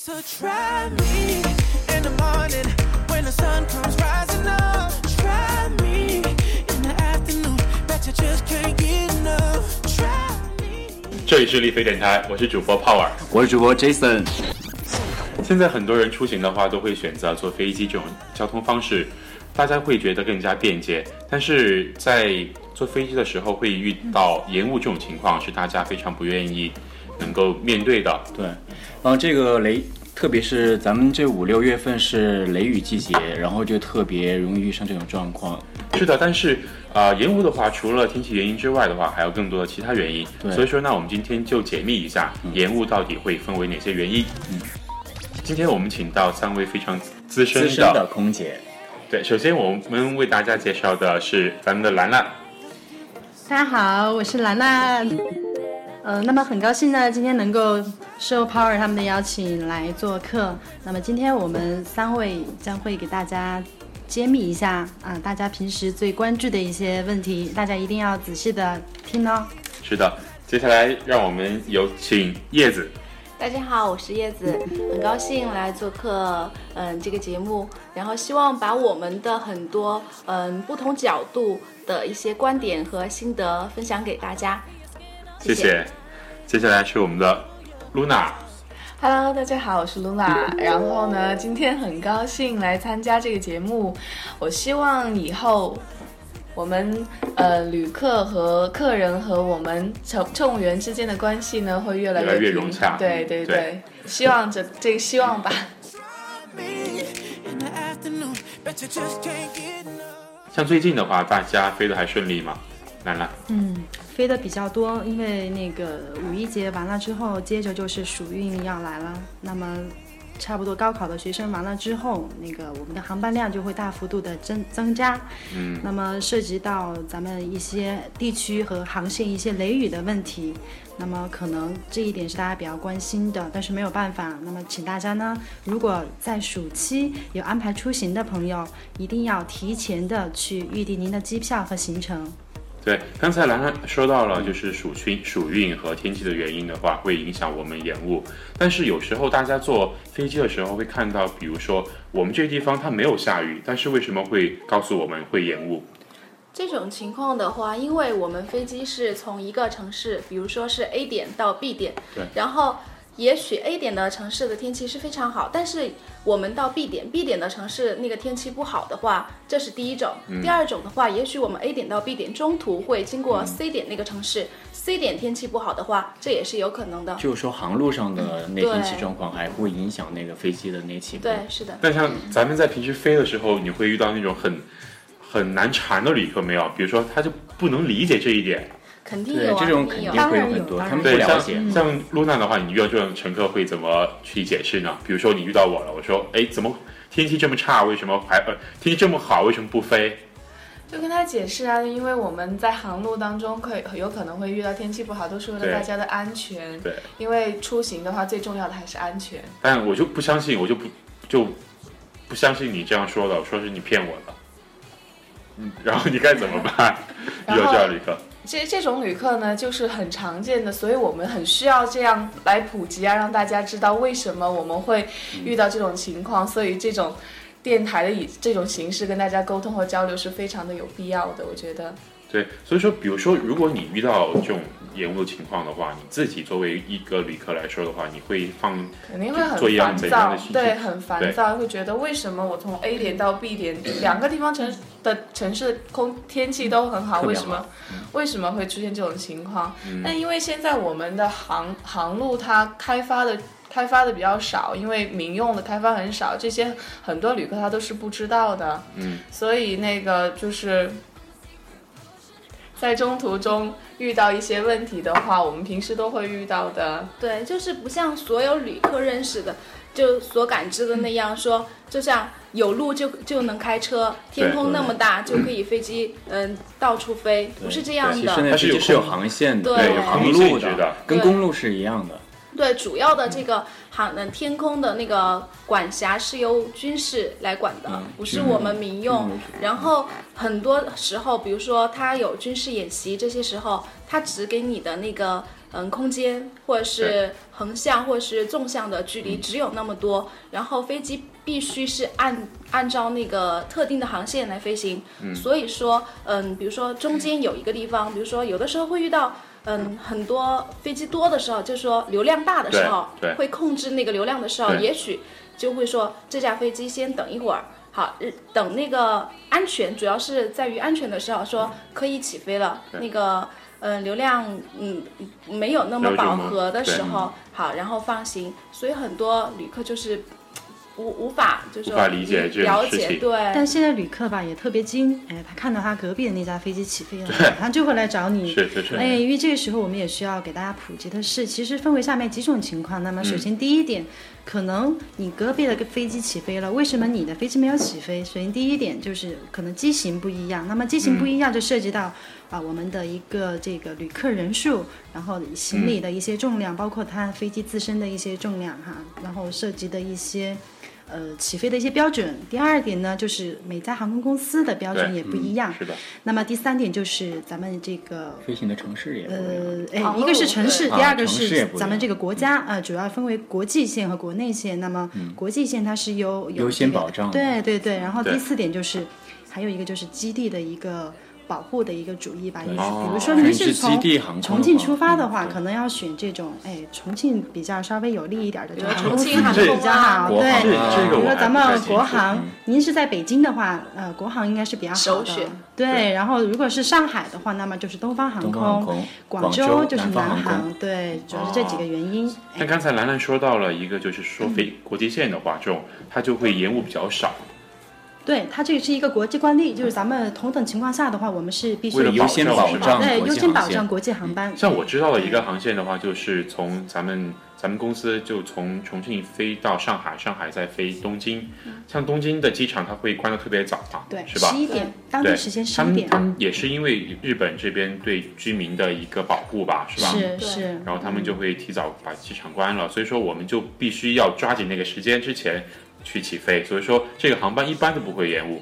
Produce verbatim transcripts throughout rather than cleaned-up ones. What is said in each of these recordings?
So try me in the morning when the sun comes rising up. Try me in the afternoon, bet you just can't get enough. Try me. 这里是丽飞电台，我是主播泡尔， 我是主播 Jason。 现在很多人出行的话，都会选择坐飞机这种交通方式，大家会觉得更加便捷。但是在坐飞机的时候，会遇到延误这种情况，是大家非常不愿意能够面对的。 对，然后这个雷，特别是咱们这五六月份是雷雨季节，然后就特别容易遇上这种状况。 是的，但是啊、呃，延误的话，除了天气原因之外的话，还有更多的其他原因。所以说呢，我们今天就解密一下、嗯、延误到底会分为哪些原因。嗯，今天我们请到三位非常资深的资深的空姐。 对，首先我们为大家介绍的是咱们的兰兰。 大家好，我是兰兰。呃，那么很高兴呢，今天能够受 Power 他们的邀请来做客。那么今天我们三位将会给大家揭秘一下啊、呃，大家平时最关注的一些问题，大家一定要仔细的听哦。 是的，接下来让我们有请叶子。 大家好，我是叶子，很高兴来做客嗯这个节目，然后希望把我们的很多嗯不同角度的一些观点和心得分享给大家。谢谢。 谢谢。接下来是我们的 Luna。Hello， 大家好，我是 Luna。然后呢，今天很高兴来参加这个节目。我希望以后我们呃旅客和客人和我们乘乘务员之间的关系呢会越来越越来越融洽。 对对 对, 对，希望这这个希望吧。 像最近的话，大家飞得还顺利吗？兰兰。 嗯，飞得比较多，因为那个五一节完了之后，接着就是暑运要来了。那么差不多高考的学生完了之后，那个我们的航班量就会大幅度的增增加。嗯，那么涉及到咱们一些地区和航线一些雷雨的问题，那么可能这一点是大家比较关心的，但是没有办法。那么请大家呢，如果在暑期有安排出行的朋友，一定要提前的去预订您的机票和行程。 对，刚才兰兰说到了，就是暑运、暑运和天气的原因的话，会影响我们延误。但是有时候大家坐飞机的时候会看到，比如说我们这个地方它没有下雨，但是为什么会告诉我们会延误？ 这种情况的话，因为我们飞机是从一个城市，比如说是 A 点到 B 点， 对， 然后也许 A 点的城市的天气是非常好，但是我们到 B 点 B 点的城市那个天气不好的话，这是第一种、嗯、第二种的话，也许我们 A 点到 B 点中途会经过 C 点那个城市、嗯、C 点天气不好的话，这也是有可能的。 就是说航路上的那天气状况还会影响那个飞机的那气候。 对，是的。 但像咱们在平时飞的时候，你会遇到那种很很难缠的旅客没有？比如说他就不能理解这一点。 肯定有、啊、 这种肯定会有很多，他们不了解。 像像露娜的话，你遇到这种乘客会怎么去解释呢？比如说你遇到我了，我说，哎，怎么天气这么差，为什么还呃天气这么好，为什么不飞？ 就跟他解释啊，因为我们在航路当中可以有可能会遇到天气不好，都是为了大家的安全。 对， 因为出行的话，最重要的还是安全。 但我就不相信，我就不就不相信你这样说的，我说是你骗我的。嗯，然后你该怎么办？遇到这样旅客。 这这种旅客呢，就是很常见的，所以我们很需要这样来普及啊，让大家知道为什么我们会遇到这种情况。嗯、所以这种电台的以这种形式跟大家沟通和交流是非常的有必要的，我觉得。 对，所以说，比如说，如果你遇到这种延误的情况的话，你自己作为一个旅客来说的话，你会放肯定会很烦躁，对，很烦躁，会觉得为什么我从 A 点到 B 点两个地方城的城市空天气都很好，为什么、嗯、为什么会出现这种情况？那、嗯、因为现在我们的航航路它开发的开发的比较少，因为民用的开发很少，这些很多旅客他都是不知道的，嗯，所以那个就是。在中途中遇到一些问题的话，我们平时都会遇到的。 对，就是不像所有旅客认识的，就所感知的那样说，就像有路就就能开车，天空那么大就可以飞机嗯到处飞，不是这样的。 其实那飞机是有航线的， 对， 有航路的，跟公路是一样的。 对，主要的这个航的天空的那个管辖是由军事来管的，嗯、不是我们民用。嗯、然后很多时候，比如说他有军事演习，这些时候他只给你的那个嗯空间或者是横向或者是纵向的距离只有那么多，然后飞机必须是按按照那个特定的航线来飞行。嗯、所以说，嗯，比如说中间有一个地方，比如说有的时候会遇到。嗯，很多飞机多的时候，就是说流量大的时候，会控制那个流量的时候，也许就会说这架飞机先等一会儿，好，等那个安全，主要是在于安全的时候，说可以起飞了，那个呃流量嗯没有那么饱和的时候，好，然后放行，所以很多旅客就是无无法就是无法理解这种事情， 对。 但现在旅客吧也特别精，哎，他看到他隔壁的那架飞机起飞了，他就会来找你。 是是是。 哎，因为这个时候我们也需要给大家普及的是，其实分为下面几种情况。那么首先第一点，嗯、可能你隔壁的飞机起飞了，为什么你的飞机没有起飞？首先第一点就是可能机型不一样，那么机型不一样就涉及到。嗯啊，我们的一个这个旅客人数，然后行李的一些重量，嗯、包括它飞机自身的一些重量哈，然后涉及的一些呃起飞的一些标准。第二点呢，就是每家航空公司的标准也不一样。 嗯、是的。 那么第三点就是咱们这个飞行的城市也不一样。 呃，哎，一个是城市，第二个是咱们这个国家，呃，主要分为国际线和国内线。那么国际线它是有有、这个、 优先保障。 对对对。然后第四点就是，还有一个就是基地的一个。保护的一个主义吧，也许比如说您是从重庆出发的话，可能要选这种哎重庆比较稍微有利一点的这种航空公司比较好。对，比如说咱们国航，您是在北京的话，呃，国航应该是比较好的。对，然后如果是上海的话，那么就是东方航空，广州就是南航。对，主要是这几个原因。 那刚才兰兰说到了一个，就是说飞国际线的话，这种它就会延误比较少。 对，它这是一个国际惯例，就是咱们同等情况下的话，我们是必须优先保障， 对，优先保障国际航班。 像我知道的一个航线的话，就是从咱们咱们公司就从重庆飞到上海，上海再飞东京。像东京的机场，它会关得特别早嘛， 对， 是吧？ 十一点，当地时间十一点。 他们也是因为日本这边对居民的一个保护吧，是吧？ 是是。 然后他们就会提早把机场关了，所以说我们就必须要抓紧那个时间之前。去起飞，所以说这个航班一般都不会延误。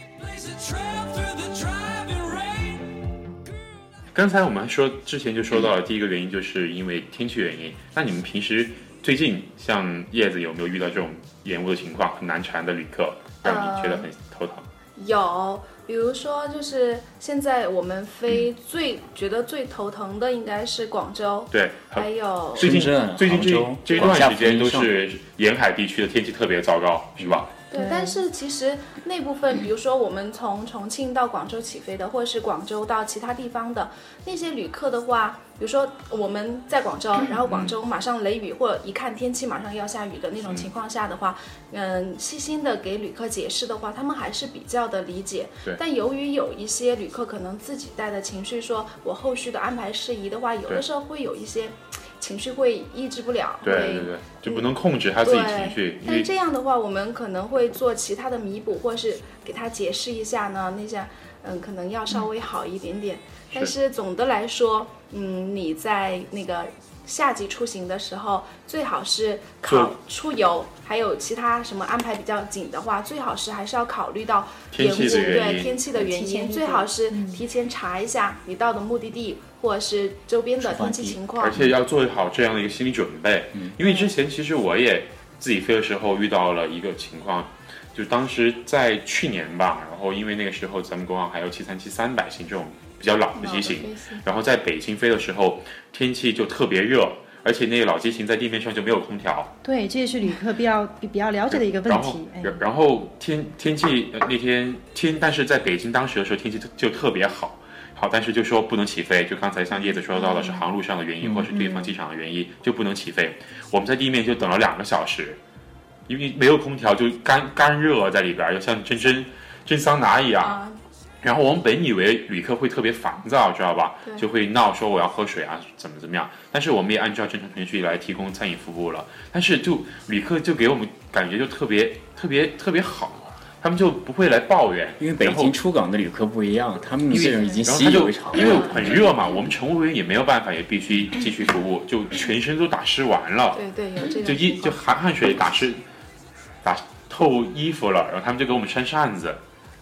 刚才我们说之前就说到了第一个原因，就是因为天气原因。那你们平时最近像叶子有没有遇到这种延误的情况，很难缠的旅客，让你觉得很头疼？ 呃、有，比如说就是现在我们飞最、嗯、觉得最头疼的应该是广州， 对， 还有最近最近这这一段时间都是沿海地区的天气特别糟糕，是吧？ 对，但是其实那部分，比如说我们从重庆到广州起飞的，或者是广州到其他地方的那些旅客的话，比如说我们在广州，然后广州马上雷雨，或者一看天气马上要下雨的那种情况下的话，嗯，细心的给旅客解释的话，他们还是比较的理解。但由于有一些旅客可能自己带的情绪，说我后续的安排事宜的话，有的时候会有一些。情绪会抑制不了， 对对对，就不能控制他自己情绪。 但这样的话，我们可能会做其他的弥补，或是给他解释一下呢，那些嗯，可能要稍微好一点点。嗯、但是总的来说，嗯，你在那个夏季出行的时候，最好是考出游，还有其他什么安排比较紧的话，最好是还是要考虑到天气的原因， 对天气的原因，最好是提前查一下你到的目的地。或者是周边的天气情况， 而且要做好这样的一个心理准备。嗯，因为之前其实我也自己飞的时候遇到了一个情况，就当时在去年吧，然后因为那个时候咱们国航还有七三七三百型这种比较老的机型，然后在北京飞的时候天气就特别热，而且那个老机型在地面上就没有空调。 对，这也是旅客比较比较了解的一个问题。 然后，然后天天气、呃、那天天，但是在北京当时的时候天气就特别好。好，但是就说不能起飞，就刚才像叶子说到的是航路上的原因，嗯、或者是对方机场的原因，嗯、就不能起飞。我们在地面就等了两个小时，因为没有空调，就干干热在里边，就像真真真桑拿一样。啊、然后我们本以为旅客会特别烦躁，知道吧？就会闹说我要喝水啊，怎么怎么样。但是我们也按照正常程序来提供餐饮服务了，但是就旅客就给我们感觉就特别特别特别好。他们就不会来抱怨， 因为北京出港的旅客不一样，他们这种已经习以为常了。 因为很热嘛，我们乘务员也没有办法，也必须继续服务，就全身都打湿完了。 对对，有这种。 就一就汗汗水打湿，打透衣服了，然后他们就给我们扇扇子，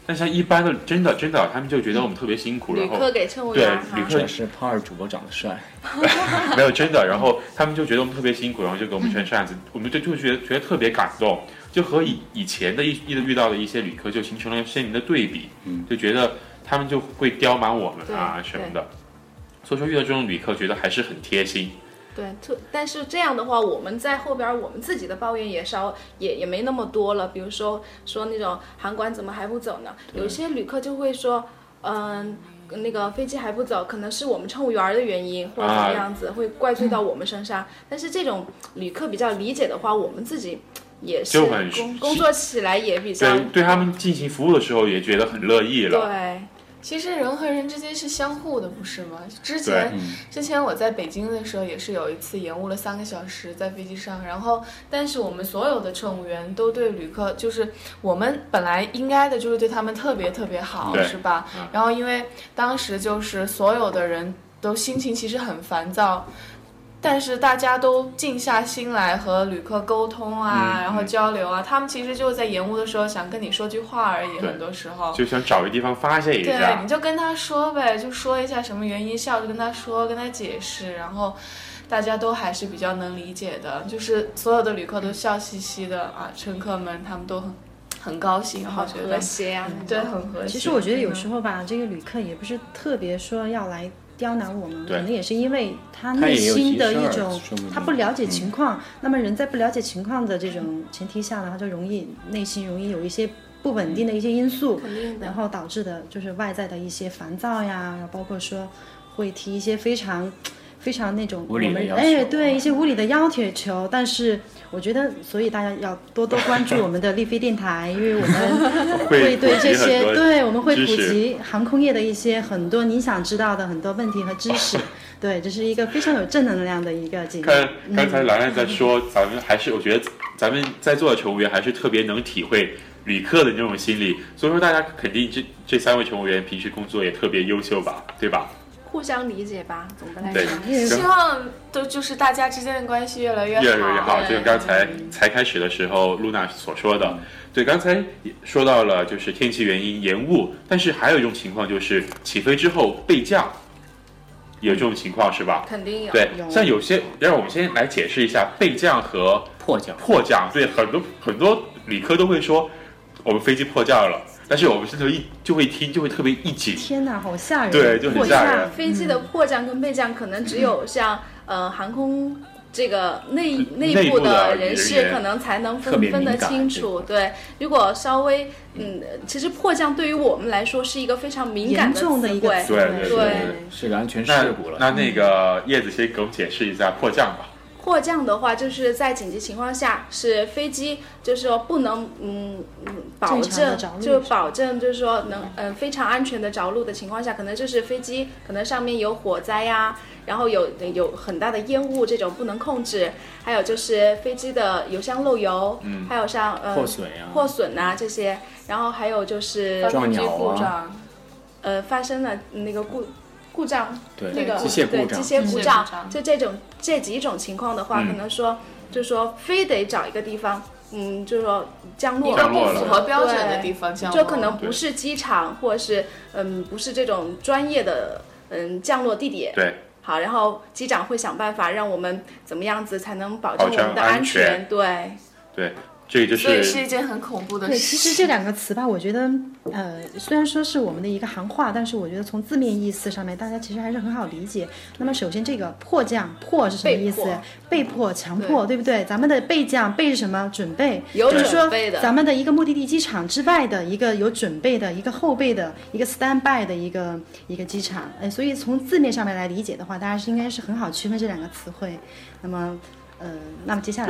但像一般的真的真的，他们就觉得我们特别辛苦，然后旅客给乘务员， 对旅客是胖二主播长得帅， 没有真的，然后他们就觉得我们特别辛苦，然后就给我们穿扇子，我们就就觉得觉得特别感动，就和以以前的一遇到的一些旅客就形成了鲜明的对比，嗯，就觉得他们就会刁难我们啊什么的，所以说遇到这种旅客，觉得还是很贴心。 对，特但是这样的话，我们在后边我们自己的抱怨也稍也也没那么多了。比如说说那种航管怎么还不走呢？有一些旅客就会说，嗯、呃，那个飞机还不走，可能是我们乘务员的原因，或者怎么样子，啊、会怪罪到我们身上。但是这种旅客比较理解的话，我们自己也是工工作起来也比较对对他们进行服务的时候也觉得很乐意了。 对。 其实人和人之间是相互的，不是吗？之前、嗯、之前我在北京的时候，也是有一次延误了三个小时在飞机上，然后但是我们所有的乘务员都对旅客，就是我们本来应该的就是对他们特别特别好，是吧？嗯、然后因为当时就是所有的人都心情其实很烦躁。但是大家都静下心来和旅客沟通啊、嗯、然后交流啊、嗯、他们其实就在延误的时候想跟你说句话而已，很多时候就想找个地方发泄一下， 对，你就跟他说呗，就说一下什么原因，笑着跟他说，跟他解释，然后大家都还是比较能理解的，就是所有的旅客都笑嘻嘻的啊，乘客们他们都很很高兴， 好和谐啊， 对，很和谐。 其实我觉得有时候吧，这个旅客也不是特别说要来刁难我们，可能也是因为他内心的一种他不了解情况、嗯、那么人在不了解情况的这种前提下呢，他就容易内心容易有一些不稳定的一些因素、嗯、然后导致的就是外在的一些烦躁呀，然后包括说会提一些非常非常那种无理的要求， 哎，对，一些无理的要求，但是我觉得，所以大家要多多关注我们的丽飞电台，因为我们会对这些，对，我们会普及航空业的一些很多你想知道的很多问题和知识。对，这是一个非常有正能量的一个节目。 看，刚才兰兰在说，嗯、咱们还是我觉得咱们在座的乘务员还是特别能体会旅客的那种心理，所以说大家肯定这这三位乘务员平时工作也特别优秀吧，对吧？ 互相理解吧，总的来说， 希望都就是大家之间的关系越来越好， 越来越好。就像刚才才开始的时候，露娜所说的，对，刚才说到了就是天气原因延误，但是还有一种情况就是起飞之后备降，有这种情况是吧？ 肯定有。 对，像有些，让我们先来解释一下备降和迫降。 迫降，对，很多很多旅客都会说，我们飞机迫降了。但是我们现在一就会听，就会特别一紧。 天哪，好吓人！ 对，就很吓人。 飞机的迫降跟备降，可能只有像、嗯、呃航空这个内内部的人士可能才能分分得清楚。对，如果稍微嗯，其实迫降对于我们来说是一个非常敏感的词汇， 对对对， 是个安全事故了。 那那个叶子先给我们解释一下迫降吧。 迫降的话，就是在紧急情况下，是飞机就是说不能嗯嗯保证，就保证就是说能嗯、呃、非常安全的着陆的情况下，可能就是飞机可能上面有火灾呀，然后有有很大的烟雾这种不能控制，还有就是飞机的油箱漏油，嗯，还有像呃破损呀、 破损啊这些，然后还有就是撞鸟啊， 呃发生了那个故。故障， 对那个机械故障， 对机械故障，就这种这几种情况的话，嗯、可能说就是说非得找一个地方，嗯，就是说降落， 一个不符合标准的地方降落， 就可能不是机场，或者是嗯不是这种专业的嗯降落地点。 对。 好，然后机长会想办法让我们怎么样子才能保证我们的安全？对。 对。这就是， 所以是一件很恐怖的事。 对，其实这两个词吧，我觉得，呃，虽然说是我们的一个行话，但是我觉得从字面意思上面，大家其实还是很好理解。那么，首先这个迫降，迫是什么意思？被迫、强迫， 对, 对不对？咱们的备降，备是什么？准备， 有准备的。咱们的一个目的地机场之外的一个有准备的一个后备的一个 stand by 的一个一个机场。哎，所以从字面上面来理解的话，大家是应该是很好区分这两个词汇。那么。呃，那么接下来，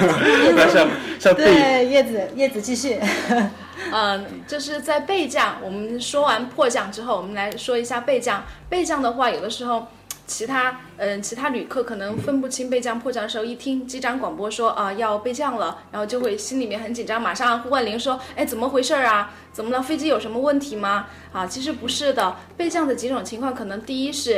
对叶子，叶子继续。 嗯，就是在备降，我们说完迫降之后，我们来说一下备降。备降的话，有的时候其他嗯、呃、其他旅客可能分不清备降迫降的时候，一听机长广播说啊、呃、要备降了，然后就会心里面很紧张，马上呼唤铃说，哎，怎么回事啊？怎么了？飞机有什么问题吗？啊，其实不是的，备降的几种情况，可能第一是。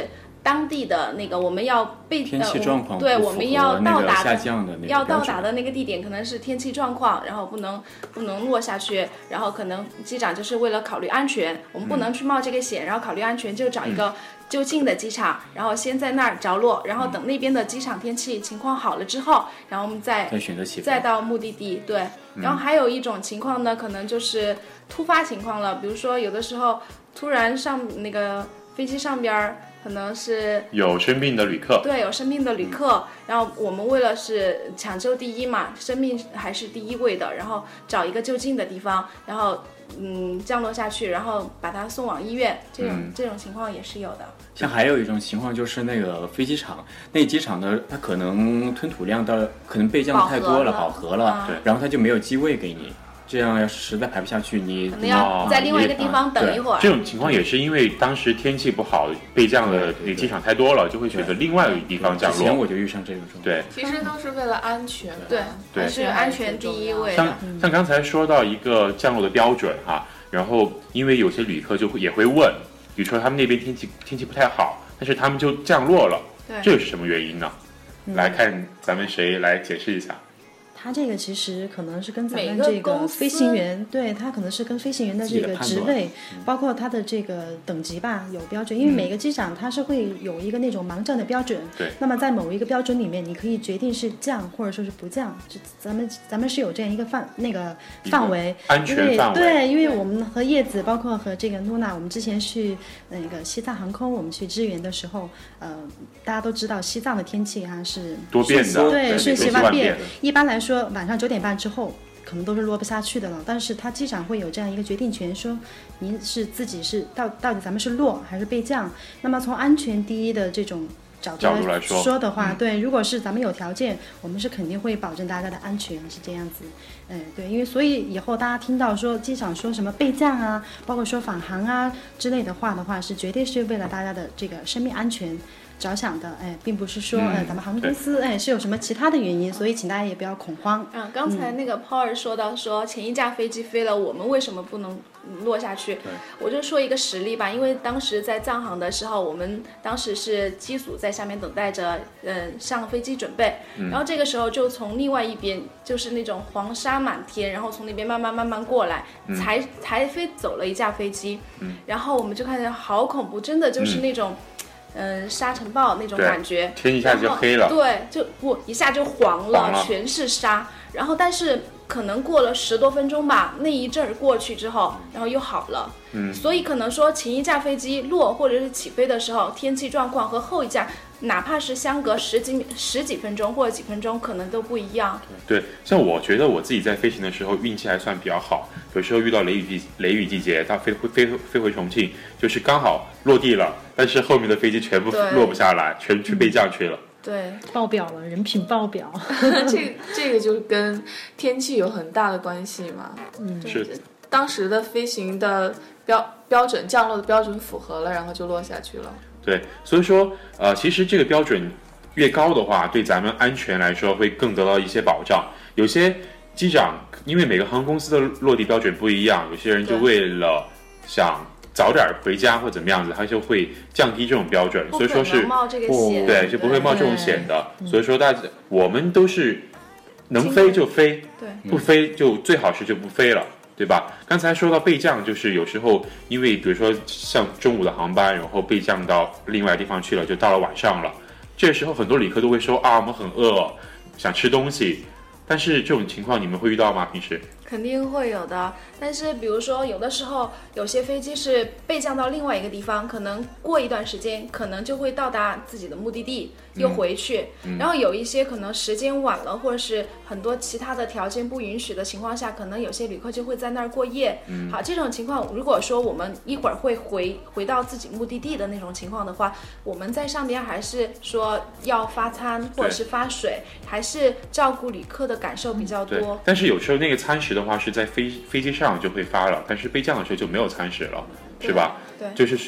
当地的那个我们要被天气状况、 呃、对，我们要到达的下的要到达的那个地点可能是天气状况，然后不能不能落下去，然后可能机长就是为了考虑安全，我们不能去冒这个险，嗯、然后考虑安全就找一个。嗯就近的机场，然后先在那儿着陆，然后等那边的机场天气情况好了之后，然后我们再再选择起飞， 再到目的地。对，然后还有一种情况呢，可能就是突发情况了，比如说有的时候突然上那个飞机上边可能是有生病的旅客， 对，有生病的旅客，然后我们为了是抢救第一嘛，生命还是第一位的，然后找一个就近的地方，然后。嗯，降落下去，然后把他送往医院，这种、嗯、这种情况也是有的。 像还有一种情况就是那个飞机场，那个机场呢，它可能吞吐量到可能备降太多了，饱和了， 对， 然后它就没有机位给你。这样要是实在排不下去，你可能要在另外一个地方等一会儿。 这种情况也是因为当时天气不好，备降的那机场太多了，就会选择另外一个地方降落。 之前我就遇上这种状况。 对， 其实都是为了安全。 对， 对， 是安全第一位的。 像像刚才说到一个降落的标准哈、啊，然后因为有些旅客就会也会问，比如说他们那边天气天气不太好，但是他们就降落了， 对， 这是什么原因呢？嗯、来看咱们谁来解释一下。 它这个其实可能是跟咱们这个飞行员，对，它可能是跟飞行员的这个职位，包括它的这个等级吧有标准。因为每个机长它是会有一个那种盲降的标准， 对。 那么在某一个标准里面，你可以决定是降或者说是不降，就咱们咱们是有这样一个范那个范围， 安全范围。 对，因为我们和叶子，包括和这个露娜，我们之前去那个西藏航空，我们去支援的时候，呃，大家都知道西藏的天气哈是多变的， 对，瞬息万变。一般来说。晚上九点半之后，可能都是落不下去的了。但是他机长会有这样一个决定权，说您是自己是到到底咱们是落还是备降。那么从安全第一的这种角度来说的话， 嗯、 对，如果是咱们有条件，我们是肯定会保证大家的安全，是这样子。嗯，对，因为所以以后大家听到说机长说什么备降啊，包括说返航啊之类的话的话，是绝对是为了大家的这个生命安全。着想的，哎，并不是说，嗯、呃，咱们航空公司，哎，是有什么其他的原因，所以请大家也不要恐慌。 嗯，刚才那个 Paul 说到说前一架飞机飞了，我们为什么不能落下去？我就说一个实例吧，因为当时在藏航的时候，我们当时是机组在下面等待着，嗯、呃，上飞机准备， 嗯、 然后这个时候就从另外一边，就是那种黄沙满天，然后从那边慢慢慢慢过来， 嗯、 才才飞走了一架飞机， 嗯、 然后我们就看见好恐怖，真的就是那种。嗯嗯，沙尘暴那种感觉， 天一下就黑了， 对，就不一下就黄了，黄了全是沙。然后，但是可能过了十多分钟吧，那一阵儿过去之后，然后又好了。 嗯， 所以可能说前一架飞机落或者是起飞的时候，天气状况和后一架，哪怕是相隔十几十几分钟或者几分钟，可能都不一样。 对，像我觉得我自己在飞行的时候运气还算比较好，有时候遇到雷雨季雷雨季节，它飞飞飞回重庆，就是刚好落地了，但是后面的飞机全部落不下来，全去备降去了。 对， 爆表了，人品爆表。 这这个就跟天气有很大的关系嘛。 嗯， 是。 当时的飞行的标标准降落的标准符合了，然后就落下去了。 对，所以说呃，其实这个标准越高的话，对咱们安全来说会更得到一些保障。有些机长因为每个航空公司的落地标准不一样，有些人就为了想早点回家或怎么样子，他就会降低这种标准，所以说是不对，就不会冒这种险的。所以说大家我们都是能飞就飞， 对， 不飞就最好是就不飞了。对吧？刚才说到备降，就是有时候因为比如说像中午的航班，然后备降到另外地方去了，就到了晚上了。这时候很多旅客都会说啊，我们很饿，想吃东西。但是这种情况你们会遇到吗？平时？ 肯定会有的，但是比如说有的时候有些飞机是备降到另外一个地方，可能过一段时间可能就会到达自己的目的地，又回去、 嗯嗯、 然后有一些可能时间晚了，或者是很多其他的条件不允许的情况下，可能有些旅客就会在那儿过夜、 嗯、 好，这种情况如果说我们一会儿会回回到自己目的地的那种情况的话，我们在上边还是说要发餐或者是发水，还是照顾旅客的感受比较多、 嗯、但是有时候那个餐食的话是在飞飞机上就会发了，但是备降的时候就没有餐食了，是吧？ 对， 就是需要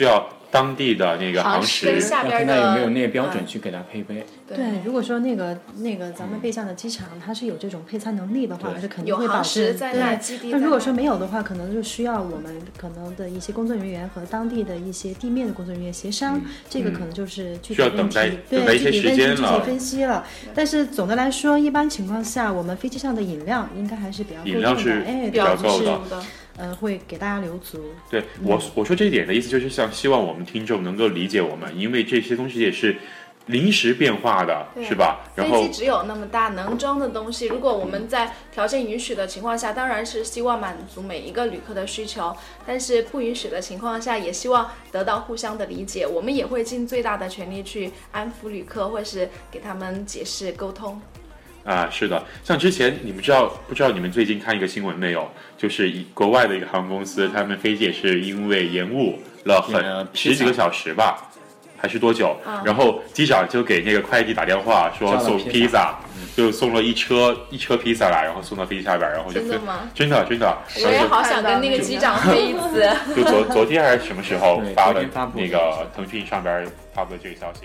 当地的那个航时， 下边的看他有没有那个标准去给他配备。 对，对如果说那个那个咱们备战的机场它是有这种配餐能力的话，是肯定会保证。对，那如果说没有的话，可能就需要我们可能的一些工作人员和当地的一些地面的工作人员协商，嗯、这个可能就是具体问题， 嗯、 对具体问题具体分析了。但是总的来说，一般情况下，我们飞机上的饮料应该还是比较够用的，哎， 比较够的。 呃，会给大家留足。 对我我说这一点的意思就是想希望我们听众能够理解我们，因为这些东西也是临时变化的，是吧？然后飞机只有那么大，能装的东西，如果我们在条件允许的情况下，当然是希望满足每一个旅客的需求，但是不允许的情况下，也希望得到互相的理解。我们也会尽最大的全力去安抚旅客，或是给他们解释沟通。 啊，是的，像之前你们知道不知道你们最近看一个新闻没有？就是国外的一个航空公司，他们飞机也是因为延误了很十几个小时吧，还是多久？嗯、然后机长就给那个快递打电话说送披萨，就送了一车一车披萨来，然后送到飞机下边，然后就真的吗？ 真的真的， 我也好想跟那个机长飞一次。 就昨昨天还是什么时候发的那个腾讯上边发布的这个消息。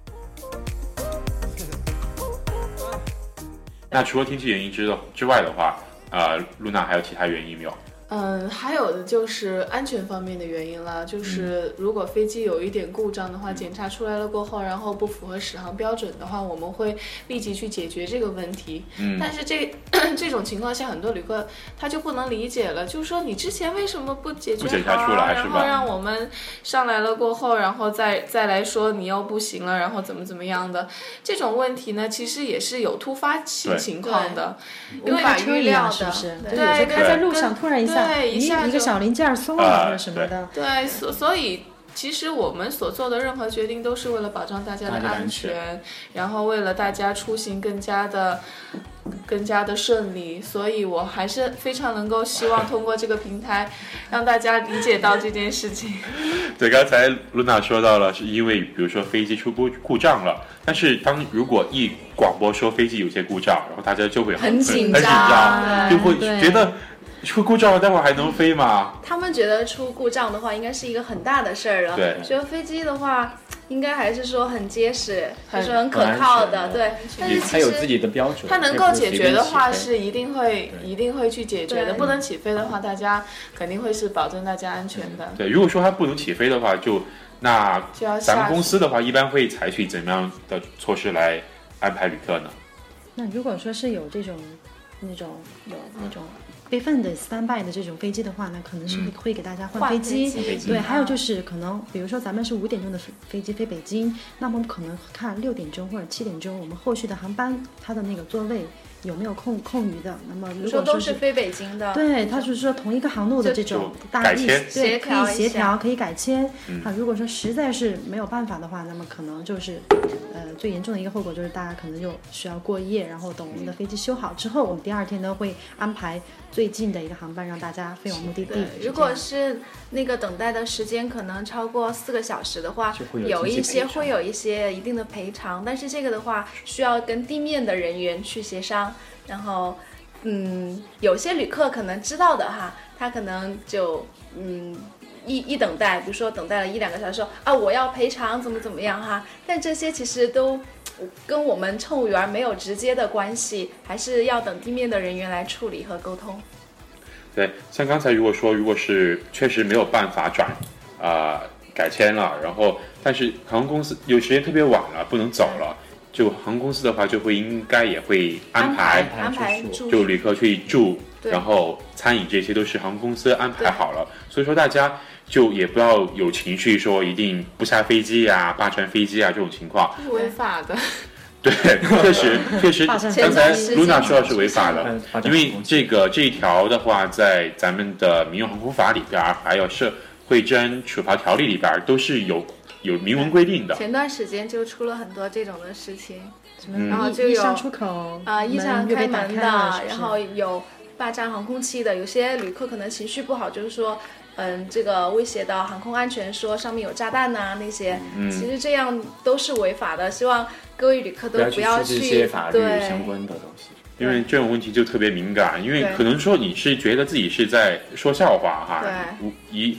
那除了天气原因之之外的话，呃，露娜还有其他原因没有？ 嗯，还有的就是安全方面的原因了，就是如果飞机有一点故障的话，嗯、检查出来了过后，然后不符合适航标准的话，我们会立即去解决这个问题。嗯，但是这这种情况下，很多旅客他就不能理解了，就是说你之前为什么不解决好， 不检查出来， 然后让我们上来了过后，然后再再来说你又不行了，然后怎么怎么样的这种问题呢？其实也是有突发性情况的， 无法预料的， 是不是？ 对， 有时候开在路上突然一下。 对，一下一个小零件松了或者什么的。 对，对所所以其实我们所做的任何决定都是为了保障大家的安全，然后为了大家出行更加的更加的顺利，所以我还是非常能够希望通过这个平台让大家理解到这件事情。 对，刚才露娜说到了，是因为比如说飞机出故故障了，但是当如果一广播说飞机有些故障，然后大家就会很很紧张，很紧张，就会觉得。出故障了，待会儿还能飞吗？ 他们觉得出故障的话，应该是一个很大的事儿了。 对， 觉得飞机的话，应该还是说很结实，就是很可靠的。对，但是它有自己的标准。 它能够解决的话，是一定会一定会去解决的。不能起飞的话，大家肯定会是保证大家安全的。 对，如果说它不能起飞的话，就那咱们公司的话，一般会采取怎么样的措施来安排旅客呢？ 那如果说是有这种那种有那种。备份的 standby 的这种飞机的话呢，可能是会给大家换飞机。 嗯、 飞机对，还有就是可能，比如说咱们是五点钟的飞机飞北京，那么我们可能看六点钟或者七点钟，我们后续的航班它的那个座位有没有空空余的。那么如果说都是飞北京的， 对，它就是说同一个航路的这种大意，对，可以协调，可以改签。 嗯、 啊，如果说实在是没有办法的话，那么可能就是呃最严重的一个后果就是大家可能就需要过夜，然后等我们的飞机修好之后，我们第二天呢会安排最近的一个航班让大家飞往目的地。 如果是那个等待的时间可能超过四个小时的话，有一些会有一些一定的赔偿，但是这个的话需要跟地面的人员去协商。然后，嗯，有些旅客可能知道的哈，他可能就嗯一一等待，比如说等待了一两个小时啊，我要赔偿怎么怎么样哈，但这些其实都跟我们乘务员没有直接的关系，还是要等地面的人员来处理和沟通。 对，像刚才如果说如果是确实没有办法转啊、呃、改签了，然后但是航空公司有时间特别晚了不能走了，就航空公司的话就会应该也会安排安排就旅客去住，然后餐饮这些都是航空公司安排好了，所以说大家就也不要有情绪说一定不下飞机啊、霸占飞机啊这种情况， 是违法的。 对，确实确实，刚才露娜说的是违法的，因为这个这一条的话，在咱们的民用航空法里边，还有社会治安处罚条例里边，都是有有明文规定的。 前段时间就出了很多这种的事情， 嗯、 然后就有衣裳出口啊，衣裳开门的， 是是然后有霸占航空器的，有些旅客可能情绪不好，就是说。嗯，这个威胁到航空安全，说上面有炸弹呐、啊，那些、嗯，其实这样都是违法的。希望各位旅客都不要去这些法律相关的东西， 因为这种问题就特别敏感。因为可能说你是觉得自己是在说笑话哈，一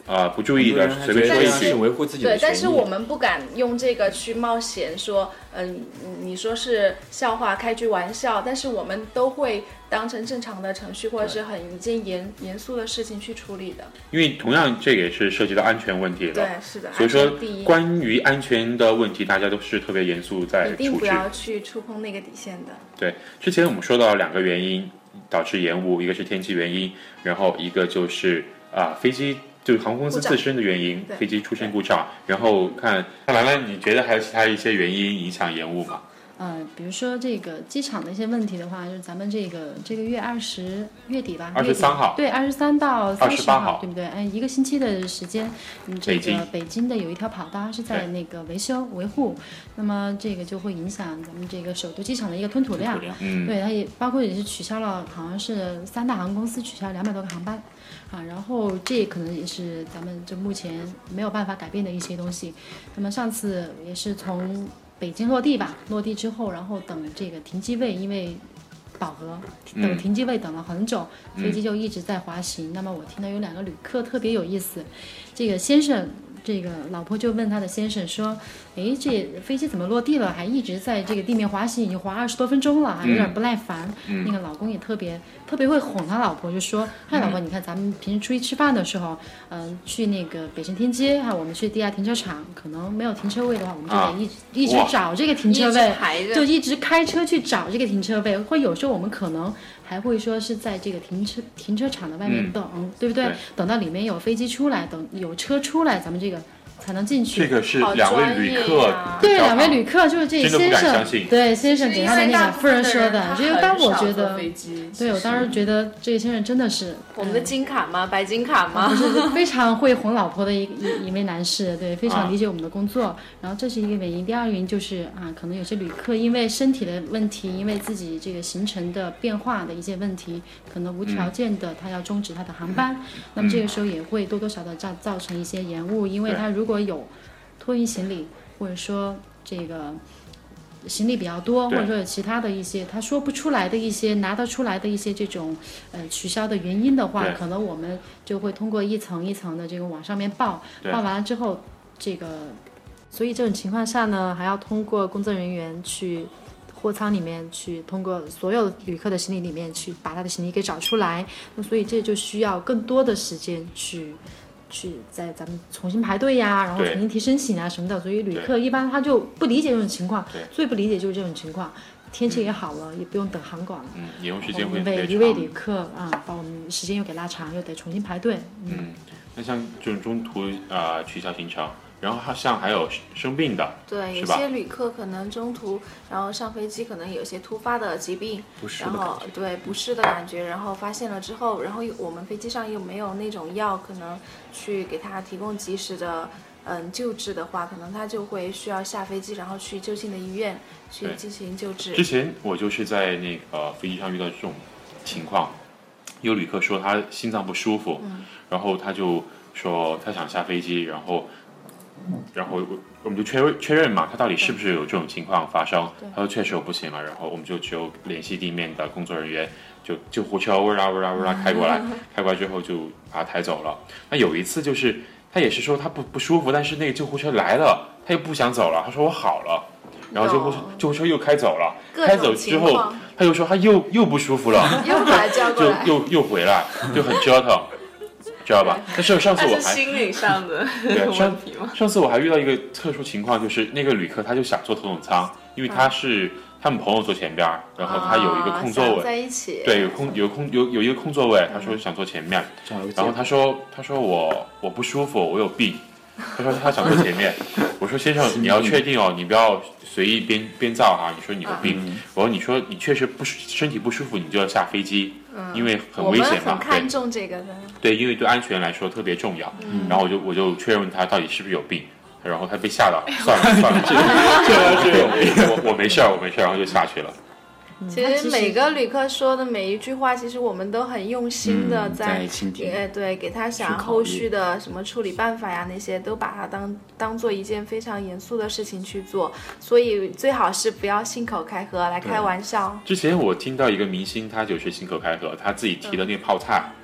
呃不注意的随便说一句， 是维护自己的对， 权益。 但是我们不敢用这个去冒险说，嗯、呃，你说是笑话开句玩笑，但是我们都会当成正常的程序或者是很一件严严肃的事情去处理的。 因为同样这也是涉及到安全问题了。 对，是的。 所以说第一， 关于安全的问题，大家都是特别严肃在处置， 一定不要去触碰那个底线的。 对，之前我们说到两个原因导致延误，一个是天气原因，然后一个就是啊、呃、飞机。就是航空公司自身的原因，飞机出现故障，然后看看兰兰，你觉得还有其他一些原因影响延误吗？ 呃，比如说这个机场的一些问题的话，就是咱们这个这个月二十月底吧， 二十三号， 对，二十三到三十号， 对不对？哎，一个星期的时间，嗯，这个北京的有一条跑道是在那个维修维护，那么这个就会影响咱们这个首都机场的一个吞吐量， 嗯， 对，它也包括也是取消了，好像是三大航空公司取消两百多个航班。啊，然后这可能也是咱们就目前没有办法改变的一些东西。那么上次也是从北京落地吧，落地之后，然后等这个停机位，因为饱和，等停机位等了很久， 嗯、 飞机就一直在滑行。那么我听到有两个旅客特别有意思，这个先生。这个老婆就问他的先生说：“哎，这飞机怎么落地了，还一直在这个地面滑行，已经滑二十多分钟了，还有点不耐烦。 嗯” 那个老公也特别特别会哄他老婆，就说：“嗨，老婆，你看咱们平时出去吃饭的时候，嗯、呃，去那个北辰天街哈，我们去地下停车场，可能没有停车位的话，我们就得一、啊、一直找这个停车位，就一直开车去找这个停车位，或有时候我们可能。”还会说是在这个停车停车场的外面等，嗯、对不对？ 对， 等到里面有飞机出来，等有车出来，咱们这个才能进去。 这个是两位旅客， 对，两位旅客就是这先生，对先生给他的那个夫人说的。这个当我觉得，对我当时觉得这个先生真的是我们的金卡吗？白金卡吗？ 不是，非常会哄老婆的一一一位男士，对，非常理解我们的工作。啊、然后这是一个原因，第二个原因就是啊，可能有些旅客因为身体的问题，因为自己这个行程的变化的一些问题，可能无条件的他要终止他的航班，嗯、那么这个时候也会多多少少造造成一些延误，因为他如果有托运行李，或者说这个行李比较多，或者说有其他的一些他说不出来的一些拿得出来的一些这种呃取消的原因的话，可能我们就会通过一层一层的这个往上面报，报完了之后，这个所以这种情况下呢，还要通过工作人员去货舱里面去，通过所有旅客的行李里面去把他的行李给找出来，那所以这就需要更多的时间去。去在咱们重新排队呀，然后重新提申请啊什么的，所以旅客一般他就不理解这种情况，最不理解就是这种情况。天气也好了，嗯、也不用等航管了， 嗯，延误时间会为一位旅客啊，把我们时间又给拉长，又得重新排队。 嗯，嗯那像这种中途呃取消行程。然后像还有生病的， 对，有些旅客可能中途，然后上飞机可能有些突发的疾病，然后对不适的感觉，然后发现了之后，然后我们飞机上又没有那种药，可能去给他提供及时的嗯救治的话，可能他就会需要下飞机，然后去就近的医院去进行救治。 之前我就是在那个飞机上遇到这种情况，有旅客说他心脏不舒服，嗯、然后他就说他想下飞机，然后。然后我们就确认确认嘛，他到底是不是有这种情况发生？他说确实我不行了，然后我们就只有联系地面的工作人员，就救护车哇啦哇啦哇啦开过来，开过来之后就把他抬走了。那有一次就是他也是说他不不舒服，但是那个救护车来了，他又不想走了，他说我好了，然后救护车救护车又开走了，开走之后他又说他又又不舒服了， 又把他叫过来， 就又又回来，就很折腾。知道吧？但是上次我还是心理上的对问题吗？ 上次我还遇到一个特殊情况，就是那个旅客他就想坐头等舱，因为他是、嗯、他们朋友坐前边，然后他有一个空座位， 啊、在一起对，有空有空有有一个空座位，他说想坐前面，嗯、然后他说他说我我不舒服，我有病，他说他想坐前面，我说先生你要确定哦，你不要随意编编造哈，你说你有病，嗯、我说你说你确实不身体不舒服，你就要下飞机。嗯、因为很危险嘛， 我们很看重这个的。 对，因为对安全来说特别重要。嗯、然后我就我就确认他到底是不是有病，然后他被吓到，算了算了，这这这有病，我我没事儿，我没事儿，然后就下去了。 其实每个旅客说的每一句话，其实我们都很用心的在， 嗯、 呃，对，给他想后续的什么处理办法呀，那些都把它当当做一件非常严肃的事情去做。所以最好是不要信口开河来开玩笑。 之前我听到一个明星，他就是信口开河，他自己提的那个泡菜。嗯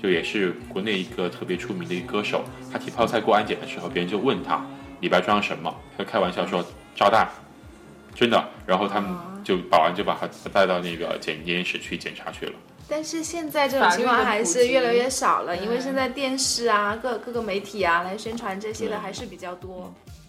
就也是国内一个特别出名的一个歌手，他提泡菜过安检的时候，别人就问他里边装什么，他开玩笑说炸弹，真的，然后他们就保安就把他带到那个检验室去检查去了。 但是现在这种情况还是越来越少了，因为现在电视啊、各各个媒体啊来宣传这些的还是比较多。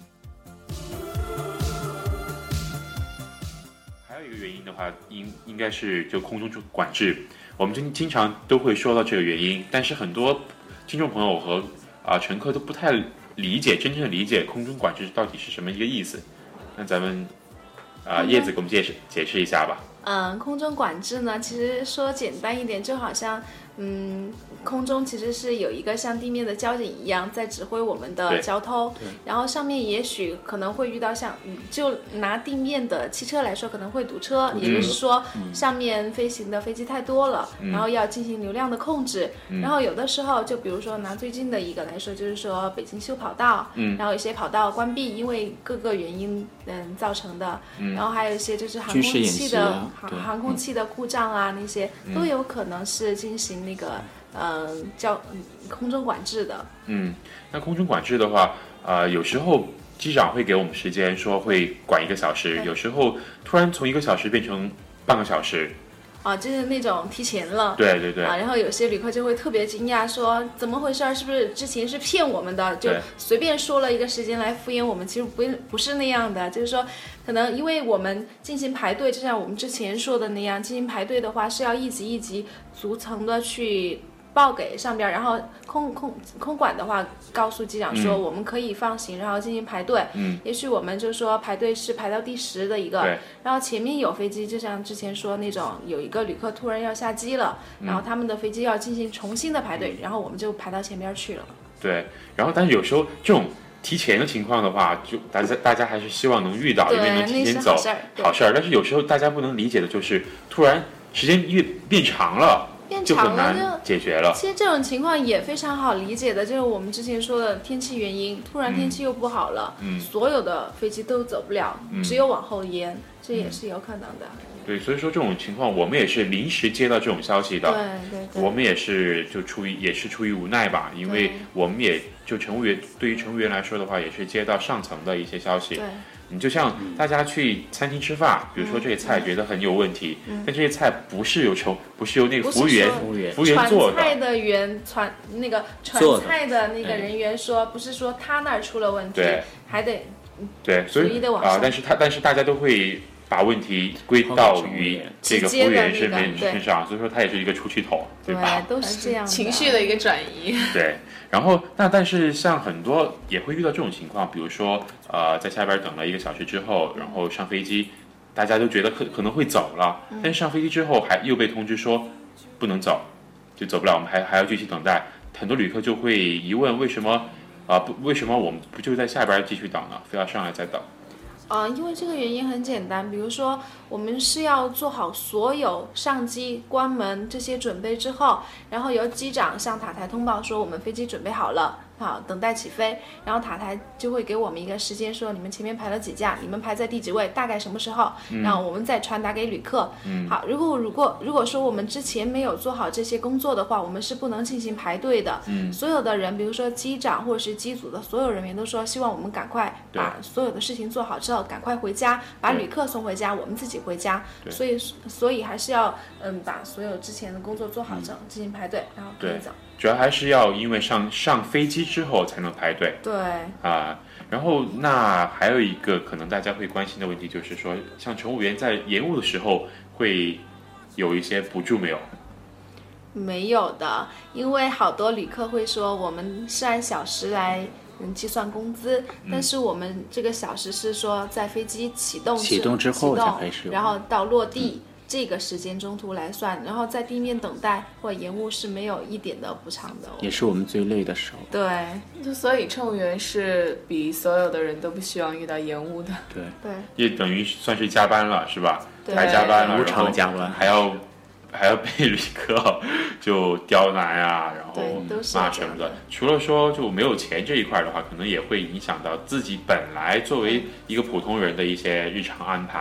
还有一个原因的话，应应该是就空中管制，我们经经常都会说到这个原因，但是很多听众朋友和啊、呃、乘客都不太理解，真正的理解空中管制到底是什么一个意思。那咱们啊、呃、叶子给我们解释解释一下吧。 嗯，空中管制呢，其实说简单一点，就好像，嗯，空中其实是有一个像地面的交警一样，在指挥我们的交通。然后上面也许可能会遇到像，就拿地面的汽车来说，可能会堵车，嗯、也就是说，嗯、上面飞行的飞机太多了，嗯、然后要进行流量的控制。嗯、然后有的时候，就比如说拿最近的一个来说，就是说北京修跑道，嗯、然后有些跑道关闭，因为各个原因嗯造成的。嗯、然后还有一些就是航空器的。航航空器的故障啊，嗯、那些都有可能是进行那个呃叫空中管制的。 嗯，那空中管制的话，呃，有时候机长会给我们时间，说会管一个小时，有时候突然从一个小时变成半个小时。 啊，就是那种提前了， 对对对， 啊，然后有些旅客就会特别惊讶，说怎么回事？是不是之前是骗我们的？就随便说了一个时间来敷衍我们，其实不不是那样的，就是说，可能因为我们进行排队，就像我们之前说的那样，进行排队的话是要一级一级逐层的去报给上边，然后空空空管的话告诉机长说我们可以放行，嗯、然后进行排队。嗯，也许我们就说排队是排到第十的一个，然后前面有飞机，就像之前说那种有一个旅客突然要下机了，嗯、然后他们的飞机要进行重新的排队，嗯、然后我们就排到前边去了。 对，然后但是有时候这种提前的情况的话，就大家大家还是希望能遇到，因为能提前走，好事儿。但是有时候大家不能理解的就是，突然时间越变长了。 变长了就解决了。 其实这种情况也非常好理解的，就是我们之前说的天气原因，突然天气又不好了，嗯、所有的飞机都走不了，嗯、只有往后延，这也是有可能的。 对，所以说这种情况我们也是临时接到这种消息的， 对对对， 我们也是就出于也是出于无奈吧，因为我们也就乘务员对于乘务员来说的话，也是接到上层的一些消息。 对。 你就像大家去餐厅吃饭，比如说这些菜觉得很有问题，嗯、但这些菜不是由从不是由那个服务员服务员服务员做的。 传菜的员传那个传菜的那个人员说，不是说他那儿出了问题，还得对，所以啊、呃，但是他但是大家都会把问题归到于这个服务员身边身上，所以说他也是一个出气筒，对吧？ 对，都是这样的， 情绪的一个转移。 对。然后，那但是像很多也会遇到这种情况，比如说，呃，在下边等了一个小时之后，然后上飞机，大家都觉得可可能会走了，但是上飞机之后还又被通知说不能走，就走不了，我们还还要继续等待。很多旅客就会疑问，为什么啊、呃、不为什么我们不就在下边继续等呢？非要上来再等？ 呃，因为这个原因很简单，比如说我们是要做好所有上机、关门这些准备之后，然后由机长向塔台通报说我们飞机准备好了，好等待起飞，然后塔台就会给我们一个时间，说你们前面排了几架，你们排在第几位，大概什么时候，嗯、然后我们再传达给旅客。嗯、好，如果如果如果说我们之前没有做好这些工作的话，我们是不能进行排队的。嗯、所有的人，比如说机长或者是机组的所有人员都说，希望我们赶快把所有的事情做好之后，赶快回家，把旅客送回家，我们自己回家。所以所以还是要嗯把所有之前的工作做好之后，进行排队，然后可以走。 主要还是要因为上上飞机之后才能排队。 对啊，然后那还有一个可能大家会关心的问题就是说，像乘务员在延误的时候会有一些补助没有？ 没有的，因为好多旅客会说我们是按小时来嗯计算工资，嗯、但是我们这个小时是说在飞机启动启动之后才开始， 然后到落地。嗯这个时间中途来算，然后在地面等待或延误是没有一点的补偿的、哦， 也是我们最累的时候。 对， 就所以乘务员是比所有的人都不希望遇到延误的。 对对， 也等于算是加班了，是吧？还加班了， 无偿加班， 还要还要被旅客就刁难啊，然后骂什么的。除了说就没有钱这一块的话，可能也会影响到自己本来作为一个普通人的一些日常安排。